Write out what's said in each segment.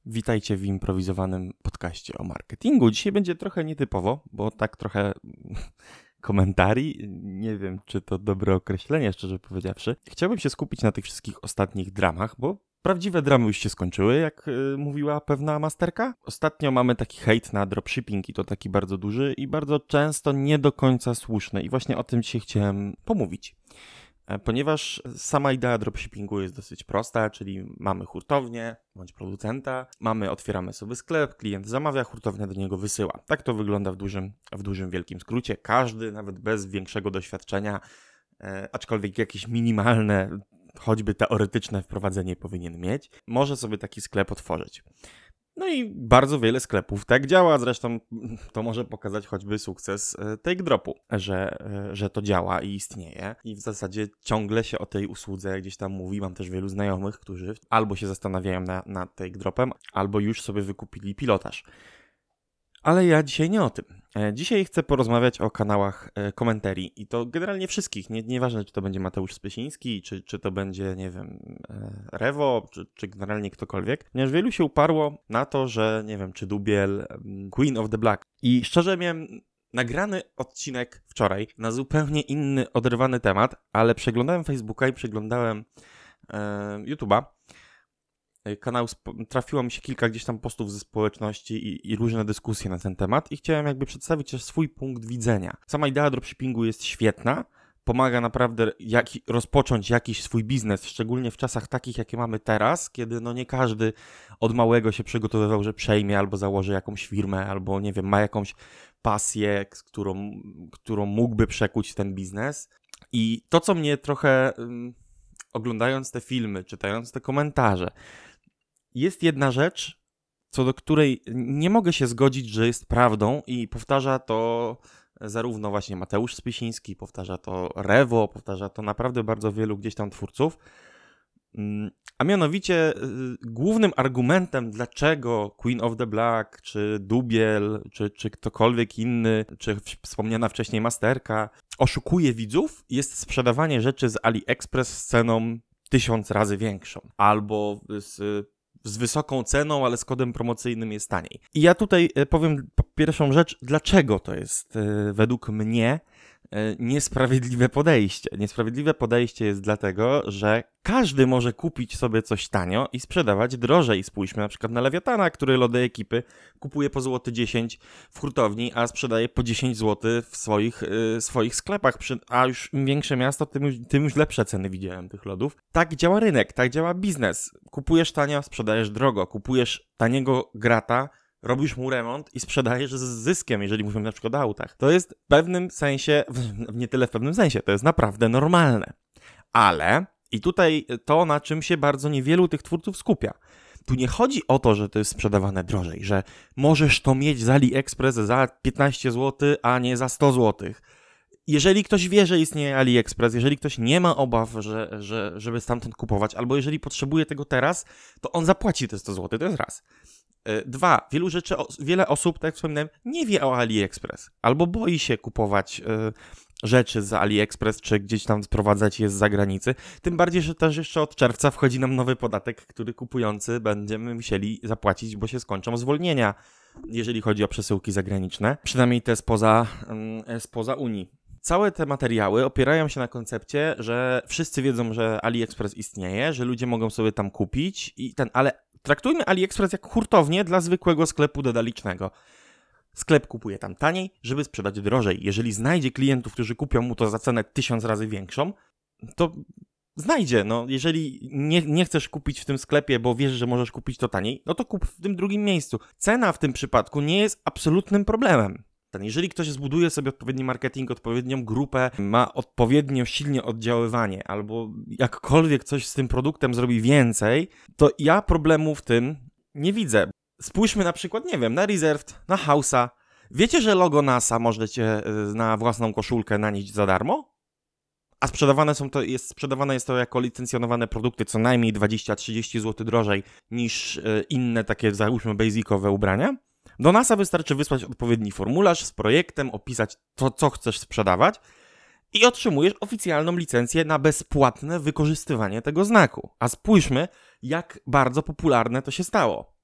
Witajcie w improwizowanym podcaście o marketingu. Dzisiaj będzie trochę nietypowo, bo tak trochę komentarii. Nie wiem, czy to dobre określenie, szczerze powiedziawszy. Chciałbym się skupić na tych wszystkich ostatnich dramach, bo prawdziwe dramy już się skończyły, jak mówiła pewna masterka. Ostatnio mamy taki hejt na dropshipping i to taki bardzo duży i bardzo często nie do końca słuszny. I właśnie o tym dzisiaj chciałem pomówić. Ponieważ sama idea dropshippingu jest dosyć prosta, czyli mamy hurtownię bądź producenta, otwieramy sobie sklep, klient zamawia, hurtownia do niego wysyła. Tak to wygląda w dużym wielkim skrócie. Każdy, nawet bez większego doświadczenia, aczkolwiek jakieś minimalne, choćby teoretyczne wprowadzenie powinien mieć, może sobie taki sklep otworzyć. No i bardzo wiele sklepów tak działa, zresztą to może pokazać choćby sukces TakeDropu, że to działa i istnieje i w zasadzie ciągle się o tej usłudze gdzieś tam mówi. Mam też wielu znajomych, którzy albo się zastanawiają nad TakeDropem, albo już sobie wykupili pilotaż. Ale ja dzisiaj nie o tym. Dzisiaj chcę porozmawiać o kanałach komentarii i to generalnie wszystkich. Nieważne, czy to będzie Mateusz Spysiński, czy to będzie, nie wiem, Rewo, czy generalnie ktokolwiek. Ponieważ wielu się uparło na to, że, nie wiem, czy Dubiel, Queen of the Black. I szczerze miałem nagrany odcinek wczoraj na zupełnie inny, oderwany temat, ale przeglądałem Facebooka i przeglądałem YouTube'a. Trafiło mi się kilka gdzieś tam postów ze społeczności i różne dyskusje na ten temat i chciałem jakby przedstawić też swój punkt widzenia. Sama idea dropshippingu jest świetna, pomaga naprawdę rozpocząć jakiś swój biznes, szczególnie w czasach takich, jakie mamy teraz, kiedy no nie każdy od małego się przygotowywał, że przejmie albo założy jakąś firmę, albo nie wiem, ma jakąś pasję, którą mógłby przekuć w ten biznes. I to, co mnie trochę oglądając te filmy, czytając te komentarze, jest jedna rzecz, co do której nie mogę się zgodzić, że jest prawdą i powtarza to zarówno właśnie Mateusz Spysiński, powtarza to Rewo, powtarza to naprawdę bardzo wielu gdzieś tam twórców, a mianowicie głównym argumentem, dlaczego Queen of the Black, czy Dubiel, czy ktokolwiek inny, czy wspomniana wcześniej masterka oszukuje widzów, jest sprzedawanie rzeczy z AliExpress z ceną 1000 razy większą, albo z wysoką ceną, ale z kodem promocyjnym jest taniej. I ja tutaj powiem pierwszą rzecz, dlaczego to jest według mnie niesprawiedliwe podejście. Niesprawiedliwe podejście jest dlatego, że każdy może kupić sobie coś tanio i sprzedawać drożej. Spójrzmy na przykład na Lewiatana, który lody ekipy kupuje po złoty 10 w hurtowni, a sprzedaje po 10 zł w swoich sklepach. A już im większe miasto, tym już lepsze ceny widziałem tych lodów. Tak działa rynek, tak działa biznes. Kupujesz tanio, sprzedajesz drogo. Kupujesz taniego grata, robisz mu remont i sprzedajesz z zyskiem, jeżeli mówimy na przykład o autach. To jest w pewnym sensie, nie tyle w pewnym sensie, to jest naprawdę normalne. Ale, i tutaj to, na czym się bardzo niewielu tych twórców skupia. Tu nie chodzi o to, że to jest sprzedawane drożej, że możesz to mieć z AliExpress za 15 zł, a nie za 100 zł. Jeżeli ktoś wie, że istnieje AliExpress, jeżeli ktoś nie ma obaw, żeby stamtąd kupować, albo jeżeli potrzebuje tego teraz, to on zapłaci te 100 zł, to jest raz. 2. Wiele osób, tak jak wspominałem, nie wie o AliExpress albo boi się kupować rzeczy z AliExpress, czy gdzieś tam sprowadzać je z zagranicy. Tym bardziej, że też jeszcze od czerwca wchodzi nam nowy podatek, który kupujący będziemy musieli zapłacić, bo się skończą zwolnienia, jeżeli chodzi o przesyłki zagraniczne, przynajmniej te spoza Unii. Całe te materiały opierają się na koncepcie, że wszyscy wiedzą, że AliExpress istnieje, że ludzie mogą sobie tam kupić ale traktujmy AliExpress jak hurtownię dla zwykłego sklepu dedalicznego. Sklep kupuje tam taniej, żeby sprzedać drożej. Jeżeli znajdzie klientów, którzy kupią mu to za cenę 1000 razy większą, to znajdzie. No, jeżeli nie chcesz kupić w tym sklepie, bo wiesz, że możesz kupić to taniej, no to kup w tym drugim miejscu. Cena w tym przypadku nie jest absolutnym problemem. Jeżeli ktoś zbuduje sobie odpowiedni marketing, odpowiednią grupę, ma odpowiednio silnie oddziaływanie albo jakkolwiek coś z tym produktem zrobi więcej, to ja problemu w tym nie widzę. Spójrzmy na przykład, nie wiem, na Reserved, na House'a. Wiecie, że logo NASA możecie na własną koszulkę nanieść za darmo? A sprzedawane jest to jako licencjonowane produkty co najmniej 20-30 zł drożej niż inne takie, załóżmy, basicowe ubrania. Do NASA wystarczy wysłać odpowiedni formularz z projektem, opisać to, co chcesz sprzedawać i otrzymujesz oficjalną licencję na bezpłatne wykorzystywanie tego znaku. A spójrzmy, jak bardzo popularne to się stało.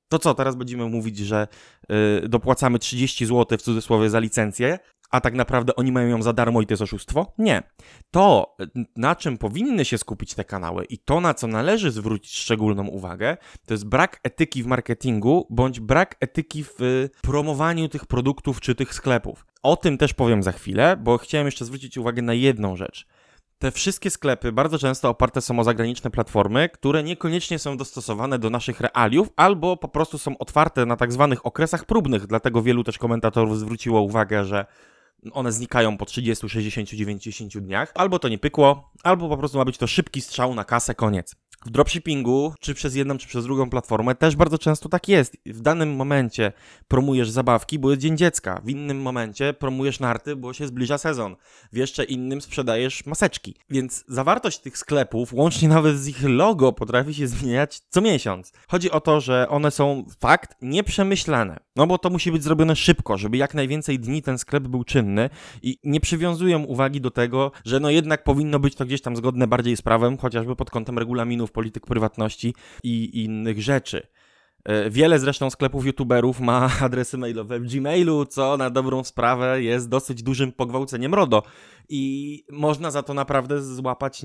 To co, teraz będziemy mówić, że dopłacamy 30 zł w cudzysłowie za licencję, a tak naprawdę oni mają ją za darmo i to jest oszustwo? Nie. To, na czym powinny się skupić te kanały i to, na co należy zwrócić szczególną uwagę, to jest brak etyki w marketingu bądź brak etyki w promowaniu tych produktów czy tych sklepów. O tym też powiem za chwilę, bo chciałem jeszcze zwrócić uwagę na jedną rzecz. Te wszystkie sklepy bardzo często oparte są o zagraniczne platformy, które niekoniecznie są dostosowane do naszych realiów, albo po prostu są otwarte na tak zwanych okresach próbnych, dlatego wielu też komentatorów zwróciło uwagę, że one znikają po 30, 60, 90 dniach. Albo to nie pykło, albo po prostu ma być to szybki strzał na kasę, koniec. W dropshippingu, czy przez jedną, czy przez drugą platformę, też bardzo często tak jest. W danym momencie promujesz zabawki, bo jest Dzień Dziecka. W innym momencie promujesz narty, bo się zbliża sezon. W jeszcze innym sprzedajesz maseczki. Więc zawartość tych sklepów, łącznie nawet z ich logo, potrafi się zmieniać co miesiąc. Chodzi o to, że one są, fakt, nieprzemyślane. No bo to musi być zrobione szybko, żeby jak najwięcej dni ten sklep był czynny i nie przywiązują uwagi do tego, że no jednak powinno być to gdzieś tam zgodne bardziej z prawem, chociażby pod kątem regulaminów, polityk prywatności i innych rzeczy. Wiele zresztą sklepów youtuberów ma adresy mailowe w Gmailu, co na dobrą sprawę jest dosyć dużym pogwałceniem RODO i można za to naprawdę złapać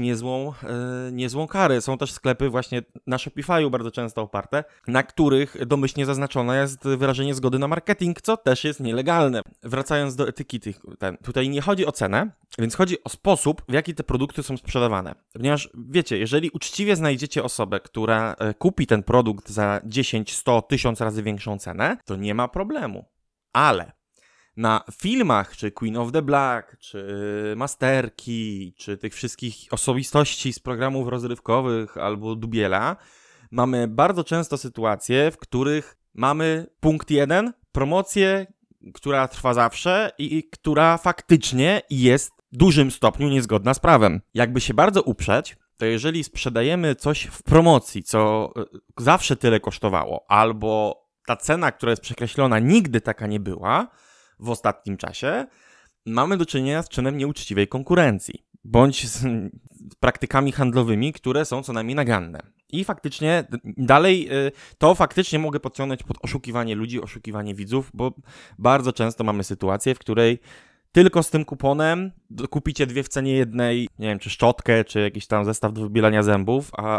niezłą karę. Są też sklepy właśnie na Shopify'u bardzo często oparte, na których domyślnie zaznaczone jest wyrażenie zgody na marketing, co też jest nielegalne. Wracając do etyki tutaj nie chodzi o cenę, więc chodzi o sposób, w jaki te produkty są sprzedawane. Ponieważ wiecie, jeżeli uczciwie znajdziecie osobę, która kupi ten produkt za 10, 100, 1000 razy większą cenę, to nie ma problemu. Ale na filmach, czy Queen of the Black, czy Masterki, czy tych wszystkich osobistości z programów rozrywkowych albo Dubiela, mamy bardzo często sytuacje, w których mamy punkt 1, promocję, która trwa zawsze i która faktycznie jest w dużym stopniu niezgodna z prawem. Jakby się bardzo uprzeć, to jeżeli sprzedajemy coś w promocji, co zawsze tyle kosztowało, albo ta cena, która jest przekreślona, nigdy taka nie była w ostatnim czasie, mamy do czynienia z czynem nieuczciwej konkurencji, bądź z praktykami handlowymi, które są co najmniej naganne. I faktycznie dalej to faktycznie mogę podciągnąć pod oszukiwanie ludzi, oszukiwanie widzów, bo bardzo często mamy sytuację, w której tylko z tym kuponem kupicie 2 w cenie jednej, nie wiem, czy szczotkę, czy jakiś tam zestaw do wybielania zębów, a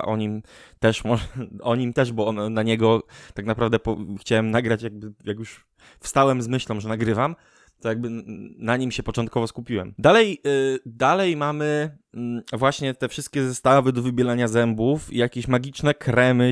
o nim też, bo na niego tak naprawdę chciałem nagrać, jak już wstałem z myślą, że nagrywam, to jakby na nim się początkowo skupiłem. Dalej mamy właśnie te wszystkie zestawy do wybielania zębów, jakieś magiczne kremy,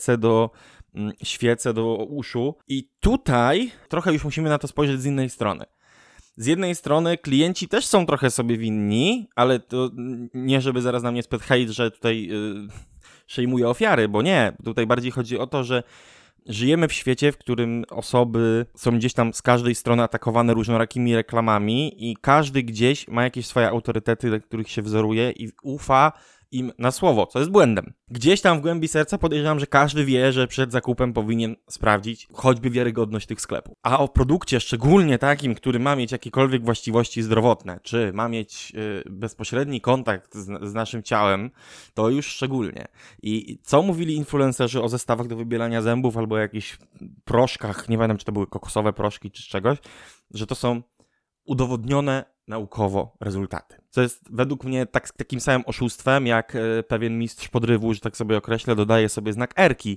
świece do uszu i tutaj trochę już musimy na to spojrzeć z innej strony. Z jednej strony klienci też są trochę sobie winni, ale to nie żeby zaraz na mnie spadł hejt, że tutaj szejmuję ofiary, bo nie. Tutaj bardziej chodzi o to, że żyjemy w świecie, w którym osoby są gdzieś tam z każdej strony atakowane różnorakimi reklamami i każdy gdzieś ma jakieś swoje autorytety, do których się wzoruje i ufa im na słowo, co jest błędem. Gdzieś tam w głębi serca podejrzewam, że każdy wie, że przed zakupem powinien sprawdzić choćby wiarygodność tych sklepów. A o produkcie, szczególnie takim, który ma mieć jakiekolwiek właściwości zdrowotne, czy ma mieć bezpośredni kontakt z naszym ciałem, to już szczególnie. I co mówili influencerzy o zestawach do wybielania zębów albo o jakichś proszkach, nie wiem, czy to były kokosowe proszki, czy czegoś, że to są udowodnione naukowo rezultaty. Co jest według mnie takim samym oszustwem, jak pewien mistrz podrywu, że tak sobie określę, dodaje sobie znak R-ki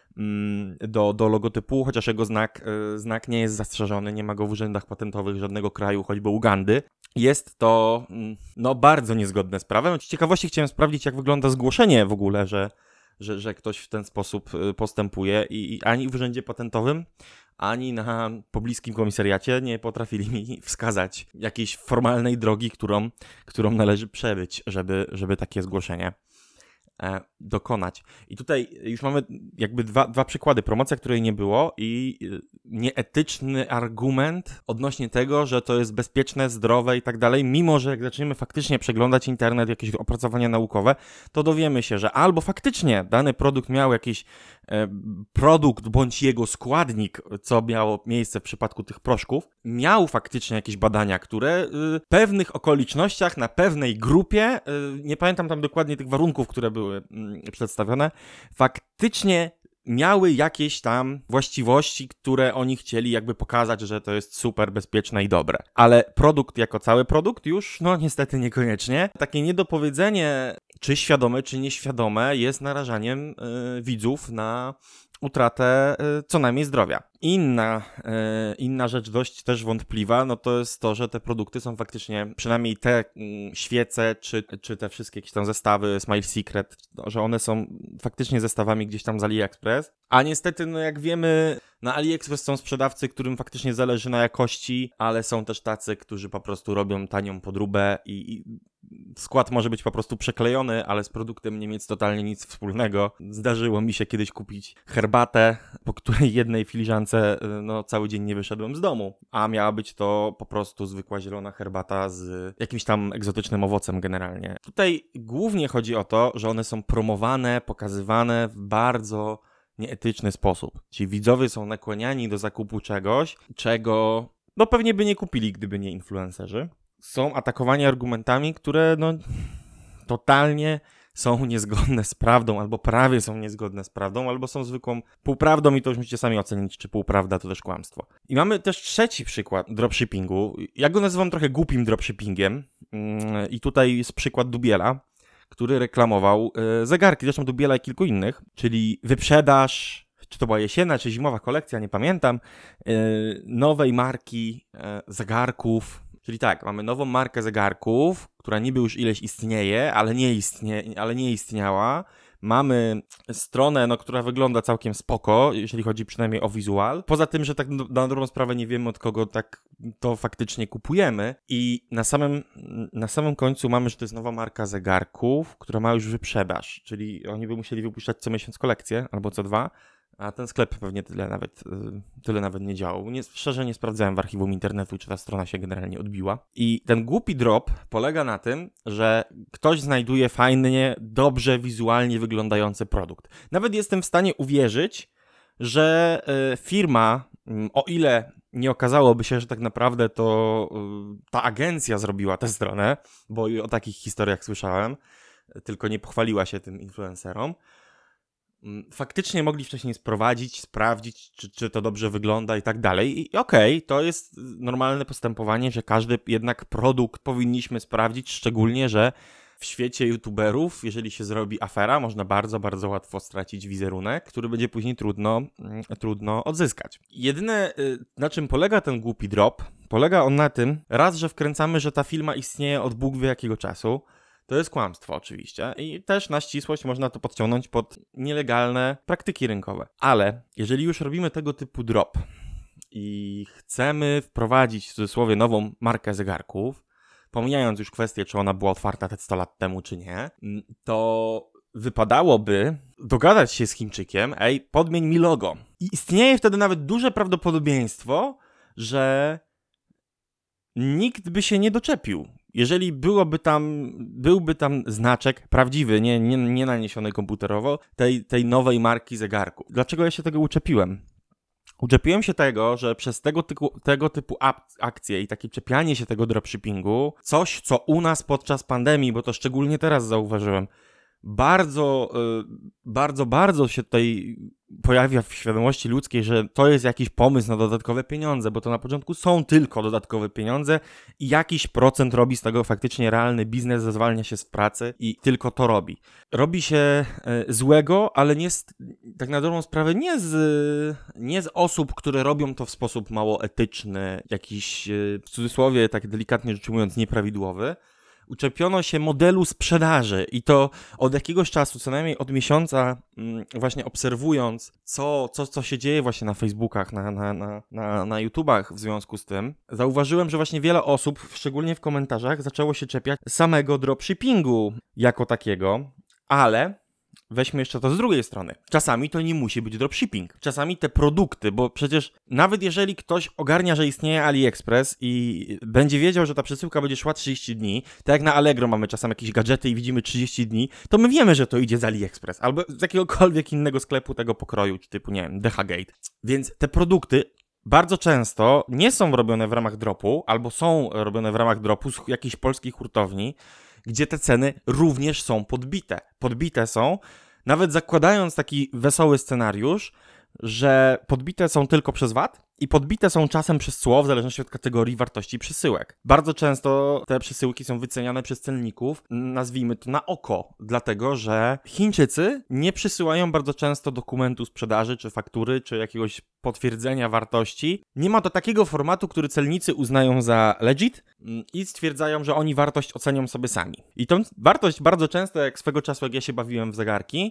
do logotypu, chociaż jego znak nie jest zastrzeżony, nie ma go w urzędach patentowych żadnego kraju, choćby Ugandy. Jest to bardzo niezgodne z prawem. Z ciekawości chciałem sprawdzić, jak wygląda zgłoszenie w ogóle, że ktoś w ten sposób postępuje i ani w urzędzie patentowym, ani na pobliskim komisariacie nie potrafili mi wskazać jakiejś formalnej drogi, którą należy przebyć, żeby takie zgłoszenie dokonać. I tutaj już mamy jakby dwa przykłady. Promocja, której nie było i nieetyczny argument odnośnie tego, że to jest bezpieczne, zdrowe i tak dalej, mimo że jak zaczniemy faktycznie przeglądać internet, jakieś opracowania naukowe, to dowiemy się, że albo faktycznie dany produkt miał jakiś produkt bądź jego składnik, co miało miejsce w przypadku tych proszków, miał faktycznie jakieś badania, które w pewnych okolicznościach, na pewnej grupie, nie pamiętam tam dokładnie tych warunków, które były przedstawione, faktycznie miały jakieś tam właściwości, które oni chcieli jakby pokazać, że to jest super bezpieczne i dobre. Ale produkt jako cały produkt już, no niestety niekoniecznie. Takie niedopowiedzenie, czy świadome, czy nieświadome, jest narażaniem widzów na utratę co najmniej zdrowia. Inna rzecz dość też wątpliwa, no to jest to, że te produkty są faktycznie, przynajmniej te świece, czy te wszystkie jakieś tam zestawy, Smile Secret, że one są faktycznie zestawami gdzieś tam z AliExpress. A niestety, no jak wiemy, na AliExpress są sprzedawcy, którym faktycznie zależy na jakości, ale są też tacy, którzy po prostu robią tanią podróbę i skład może być po prostu przeklejony, ale z produktem nie mieć totalnie nic wspólnego. Zdarzyło mi się kiedyś kupić herbatę, po której jednej filiżance no cały dzień nie wyszedłem z domu, a miała być to po prostu zwykła zielona herbata z jakimś tam egzotycznym owocem generalnie. Tutaj głównie chodzi o to, że one są promowane, pokazywane w bardzo nieetyczny sposób. Ci widzowie są nakłaniani do zakupu czegoś, czego no pewnie by nie kupili, gdyby nie influencerzy. Są atakowani argumentami, które no totalnie są niezgodne z prawdą, albo prawie są niezgodne z prawdą, albo są zwykłą półprawdą i to już musicie sami ocenić, czy półprawda to też kłamstwo. I mamy też trzeci przykład dropshippingu. Ja go nazywam trochę głupim dropshippingiem i tutaj jest przykład Dubiela, który reklamował zegarki, zresztą Dubiela i kilku innych, czyli wyprzedaż, czy to była jesienna, czy zimowa kolekcja, nie pamiętam, nowej marki zegarków. Czyli tak, mamy nową markę zegarków, która niby już ileś istnieje, ale nie istniała. Mamy stronę, no, która wygląda całkiem spoko, jeżeli chodzi przynajmniej o wizual. Poza tym, że tak na dobrą sprawę nie wiemy, od kogo tak to faktycznie kupujemy. I na samym końcu mamy, że to jest nowa marka zegarków, która ma już wyprzedaż. Czyli oni by musieli wypuszczać co miesiąc kolekcję, albo co dwa. A ten sklep pewnie tyle nawet nie działał. Szczerze nie sprawdzałem w archiwum internetu, czy ta strona się generalnie odbiła. I ten głupi drop polega na tym, że ktoś znajduje fajnie, dobrze wizualnie wyglądający produkt. Nawet jestem w stanie uwierzyć, że firma, o ile nie okazałoby się, że tak naprawdę to ta agencja zrobiła tę stronę, bo i o takich historiach słyszałem, tylko nie pochwaliła się tym influencerom, faktycznie mogli wcześniej sprowadzić, sprawdzić, czy to dobrze wygląda i tak dalej. I okej, to jest normalne postępowanie, że każdy jednak produkt powinniśmy sprawdzić, szczególnie, że w świecie youtuberów, jeżeli się zrobi afera, można bardzo, bardzo łatwo stracić wizerunek, który będzie później trudno odzyskać. Jedyne, na czym polega ten głupi drop, polega on na tym, raz, że wkręcamy, że ta firma istnieje od Bóg wie jakiego czasu. To jest kłamstwo oczywiście i też na ścisłość można to podciągnąć pod nielegalne praktyki rynkowe. Ale jeżeli już robimy tego typu drop i chcemy wprowadzić w cudzysłowie nową markę zegarków, pomijając już kwestię, czy ona była otwarta te 100 lat temu, czy nie, to wypadałoby dogadać się z Chińczykiem, podmień mi logo. I istnieje wtedy nawet duże prawdopodobieństwo, że nikt by się nie doczepił. Jeżeli byłby tam znaczek prawdziwy, nie naniesiony komputerowo, tej nowej marki zegarku. Dlaczego ja się tego uczepiłem? Uczepiłem się tego, że przez tego typu akcje i takie czepianie się tego dropshippingu, coś co u nas podczas pandemii, bo to szczególnie teraz zauważyłem, bardzo się tutaj pojawia w świadomości ludzkiej, że to jest jakiś pomysł na dodatkowe pieniądze, bo to na początku są tylko dodatkowe pieniądze i jakiś procent robi z tego faktycznie realny biznes, zwalnia się z pracy i tylko to robi. Robi się złego, ale tak na dobrą sprawę nie z osób, które robią to w sposób mało etyczny, jakiś w cudzysłowie, tak delikatnie rzecz ujmując, nieprawidłowy. Uczepiono się modelu sprzedaży i to od jakiegoś czasu, co najmniej od miesiąca, właśnie obserwując, co się dzieje właśnie na Facebookach, na YouTubach w związku z tym, zauważyłem, że właśnie wiele osób, szczególnie w komentarzach, zaczęło się czepiać samego dropshippingu jako takiego, ale weźmy jeszcze to z drugiej strony. Czasami to nie musi być dropshipping. Czasami te produkty, bo przecież nawet jeżeli ktoś ogarnia, że istnieje AliExpress i będzie wiedział, że ta przesyłka będzie szła 30 dni, tak jak na Allegro mamy czasem jakieś gadżety i widzimy 30 dni, to my wiemy, że to idzie z AliExpress albo z jakiegokolwiek innego sklepu tego pokroju, typu, nie wiem, DHgate. Więc te produkty bardzo często nie są robione w ramach dropu, albo są robione w ramach dropu z jakiejś polskiej hurtowni, gdzie te ceny również są podbite. Podbite są Nawet zakładając taki wesoły scenariusz, że podbite są tylko przez VAT i podbite są czasem przez cło, w zależności od kategorii wartości przesyłek. Bardzo często te przesyłki są wyceniane przez celników, nazwijmy to na oko, dlatego że Chińczycy nie przysyłają bardzo często dokumentu sprzedaży, czy faktury, czy jakiegoś potwierdzenia wartości. Nie ma to takiego formatu, który celnicy uznają za legit i stwierdzają, że oni wartość ocenią sobie sami. I tą wartość bardzo często, jak swego czasu, jak ja się bawiłem w zegarki,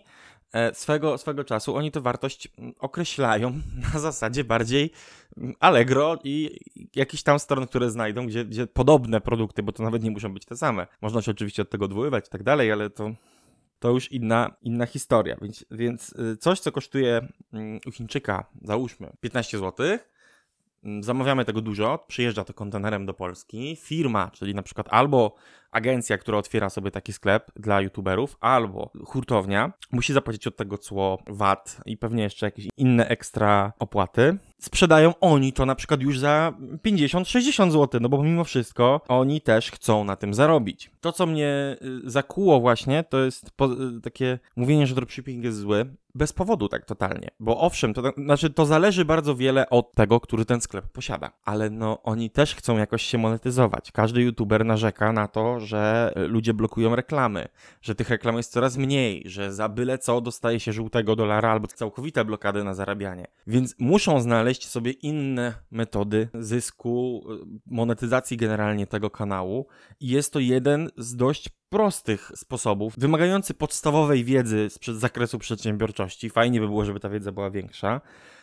swego czasu oni tę wartość określają na zasadzie bardziej Allegro i jakichś tam stron, które znajdą, gdzie podobne produkty, bo to nawet nie muszą być te same. Można się oczywiście od tego odwoływać i tak dalej, ale to już inna historia. Więc coś, co kosztuje u Chińczyka, załóżmy 15 zł, zamawiamy tego dużo, przyjeżdża to kontenerem do Polski, firma, czyli na przykład albo agencja, która otwiera sobie taki sklep dla youtuberów, albo hurtownia, musi zapłacić od tego cło, VAT i pewnie jeszcze jakieś inne ekstra opłaty. Sprzedają oni to na przykład już za 50-60 zł, no bo mimo wszystko oni też chcą na tym zarobić. To, co mnie zakuło właśnie, to jest takie mówienie, że dropshipping jest zły, bez powodu tak totalnie, bo owszem, to zależy bardzo wiele od tego, który ten sklep posiada, ale no oni też chcą jakoś się monetyzować. Każdy youtuber narzeka na to, że ludzie blokują reklamy, że tych reklam jest coraz mniej, że za byle co dostaje się żółtego dolara albo całkowite blokady na zarabianie. Więc muszą znaleźć sobie inne metody zysku, monetyzacji generalnie tego kanału i jest to jeden z dość prostych sposobów, wymagający podstawowej wiedzy z zakresu przedsiębiorczości. Fajnie by było, żeby ta wiedza była większa,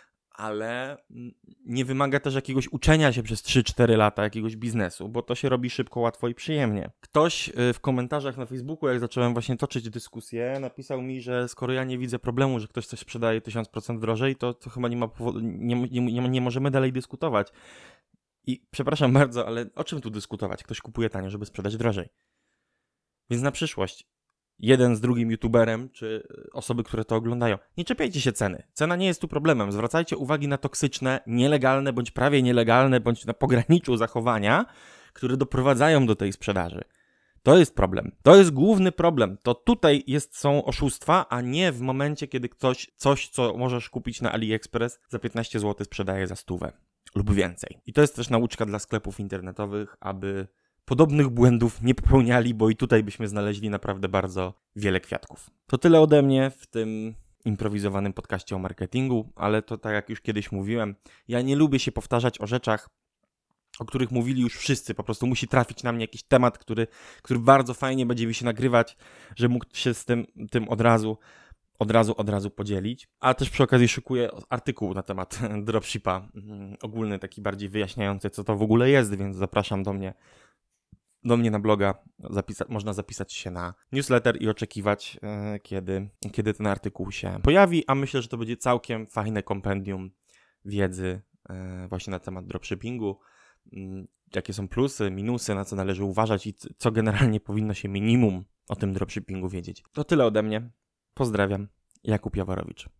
ale nie wymaga też jakiegoś uczenia się przez 3-4 lata jakiegoś biznesu, bo to się robi szybko, łatwo i przyjemnie. Ktoś w komentarzach na Facebooku, jak zacząłem właśnie toczyć dyskusję, napisał mi, że skoro ja nie widzę problemu, że ktoś coś sprzedaje 1000% drożej, to chyba nie ma powodu, nie możemy dalej dyskutować. I przepraszam bardzo, ale o czym tu dyskutować? Ktoś kupuje tanio, żeby sprzedać drożej. Więc na przyszłość, jeden z drugim youtuberem, czy osoby, które to oglądają, nie czepiajcie się ceny. Cena nie jest tu problemem. Zwracajcie uwagi na toksyczne, nielegalne, bądź prawie nielegalne, bądź na pograniczu zachowania, które doprowadzają do tej sprzedaży. To jest problem. To jest główny problem. To tutaj są oszustwa, a nie w momencie, kiedy ktoś coś, co możesz kupić na AliExpress za 15 zł sprzedaje za 100 lub więcej. I to jest też nauczka dla sklepów internetowych, aby podobnych błędów nie popełniali, bo i tutaj byśmy znaleźli naprawdę bardzo wiele kwiatków. To tyle ode mnie w tym improwizowanym podcaście o marketingu, ale to tak jak już kiedyś mówiłem, ja nie lubię się powtarzać o rzeczach, o których mówili już wszyscy. Po prostu musi trafić na mnie jakiś temat, który bardzo fajnie będzie mi się nagrywać, że mógł się z tym od razu podzielić. A też przy okazji szykuję artykuł na temat dropshipa, ogólny, taki bardziej wyjaśniający, co to w ogóle jest, więc zapraszam do mnie na bloga, można zapisać się na newsletter i oczekiwać, kiedy ten artykuł się pojawi, a myślę, że to będzie całkiem fajne kompendium wiedzy właśnie na temat dropshippingu, jakie są plusy, minusy, na co należy uważać i co generalnie powinno się minimum o tym dropshippingu wiedzieć. To tyle ode mnie. Pozdrawiam. Jakub Jaworowicz.